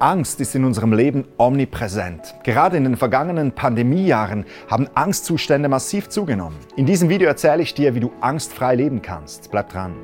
Angst ist in unserem Leben omnipräsent. Gerade in den vergangenen Pandemiejahren haben Angstzustände massiv zugenommen. In diesem Video erzähle ich dir, wie du angstfrei leben kannst. Bleib dran.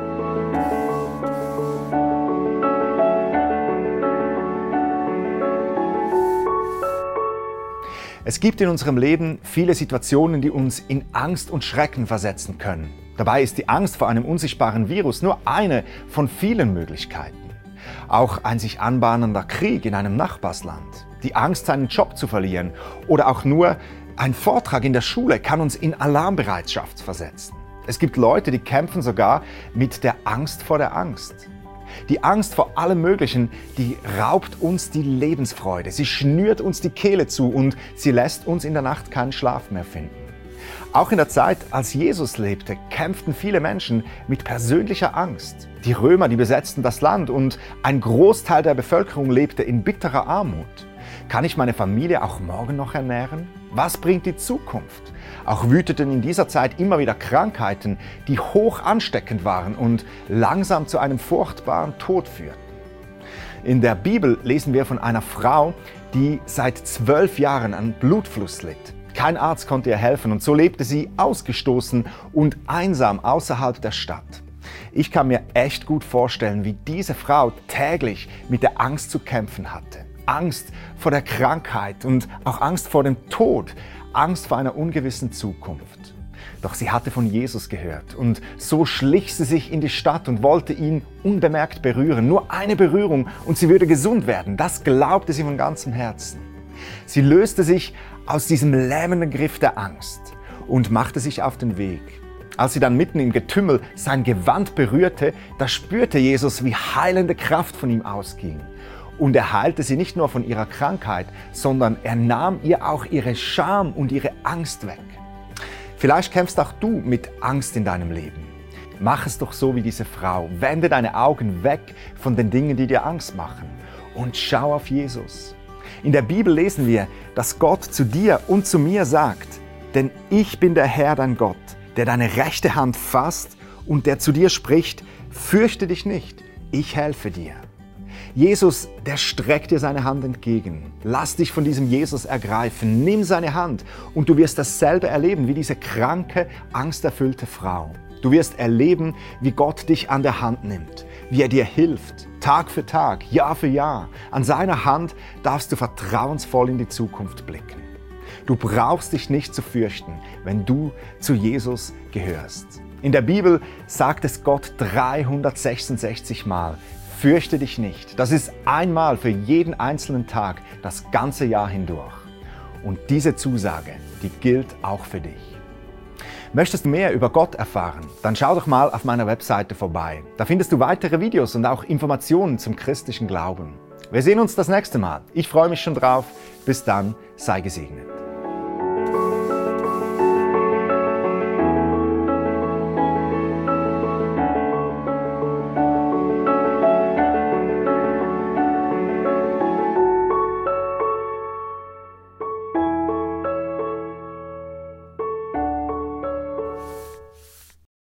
Es gibt in unserem Leben viele Situationen, die uns in Angst und Schrecken versetzen können. Dabei ist die Angst vor einem unsichtbaren Virus nur eine von vielen Möglichkeiten. Auch ein sich anbahnender Krieg in einem Nachbarsland, die Angst, seinen Job zu verlieren oder auch nur ein Vortrag in der Schule kann uns in Alarmbereitschaft versetzen. Es gibt Leute, die kämpfen sogar mit der Angst vor der Angst. Die Angst vor allem Möglichen, die raubt uns die Lebensfreude. Sie schnürt uns die Kehle zu und sie lässt uns in der Nacht keinen Schlaf mehr finden. Auch in der Zeit, als Jesus lebte, kämpften viele Menschen mit persönlicher Angst. Die Römer, die besetzten das Land und ein Großteil der Bevölkerung lebte in bitterer Armut. Kann ich meine Familie auch morgen noch ernähren? Was bringt die Zukunft? Auch wüteten in dieser Zeit immer wieder Krankheiten, die hoch ansteckend waren und langsam zu einem furchtbaren Tod führten. In der Bibel lesen wir von einer Frau, die seit 12 Jahren an Blutfluss litt. Kein Arzt konnte ihr helfen und so lebte sie ausgestoßen und einsam außerhalb der Stadt. Ich kann mir echt gut vorstellen, wie diese Frau täglich mit der Angst zu kämpfen hatte. Angst vor der Krankheit und auch Angst vor dem Tod, Angst vor einer ungewissen Zukunft. Doch sie hatte von Jesus gehört und so schlich sie sich in die Stadt und wollte ihn unbemerkt berühren. Nur eine Berührung und sie würde gesund werden. Das glaubte sie von ganzem Herzen. Sie löste sich aus diesem lähmenden Griff der Angst und machte sich auf den Weg. Als sie dann mitten im Getümmel sein Gewand berührte, da spürte Jesus, wie heilende Kraft von ihm ausging. Und er heilte sie nicht nur von ihrer Krankheit, sondern er nahm ihr auch ihre Scham und ihre Angst weg. Vielleicht kämpfst auch du mit Angst in deinem Leben. Mach es doch so wie diese Frau. Wende deine Augen weg von den Dingen, die dir Angst machen und schau auf Jesus. In der Bibel lesen wir, dass Gott zu dir und zu mir sagt, denn ich bin der Herr, dein Gott, der deine rechte Hand fasst und der zu dir spricht, fürchte dich nicht, ich helfe dir. Jesus, der streckt dir seine Hand entgegen. Lass dich von diesem Jesus ergreifen, nimm seine Hand und du wirst dasselbe erleben wie diese kranke, angsterfüllte Frau. Du wirst erleben, wie Gott dich an der Hand nimmt, wie er dir hilft, Tag für Tag, Jahr für Jahr. An seiner Hand darfst du vertrauensvoll in die Zukunft blicken. Du brauchst dich nicht zu fürchten, wenn du zu Jesus gehörst. In der Bibel sagt es Gott 366 Mal, fürchte dich nicht. Das ist einmal für jeden einzelnen Tag, das ganze Jahr hindurch. Und diese Zusage, die gilt auch für dich. Möchtest du mehr über Gott erfahren? Dann schau doch mal auf meiner Webseite vorbei. Da findest du weitere Videos und auch Informationen zum christlichen Glauben. Wir sehen uns das nächste Mal. Ich freue mich schon drauf. Bis dann, sei gesegnet.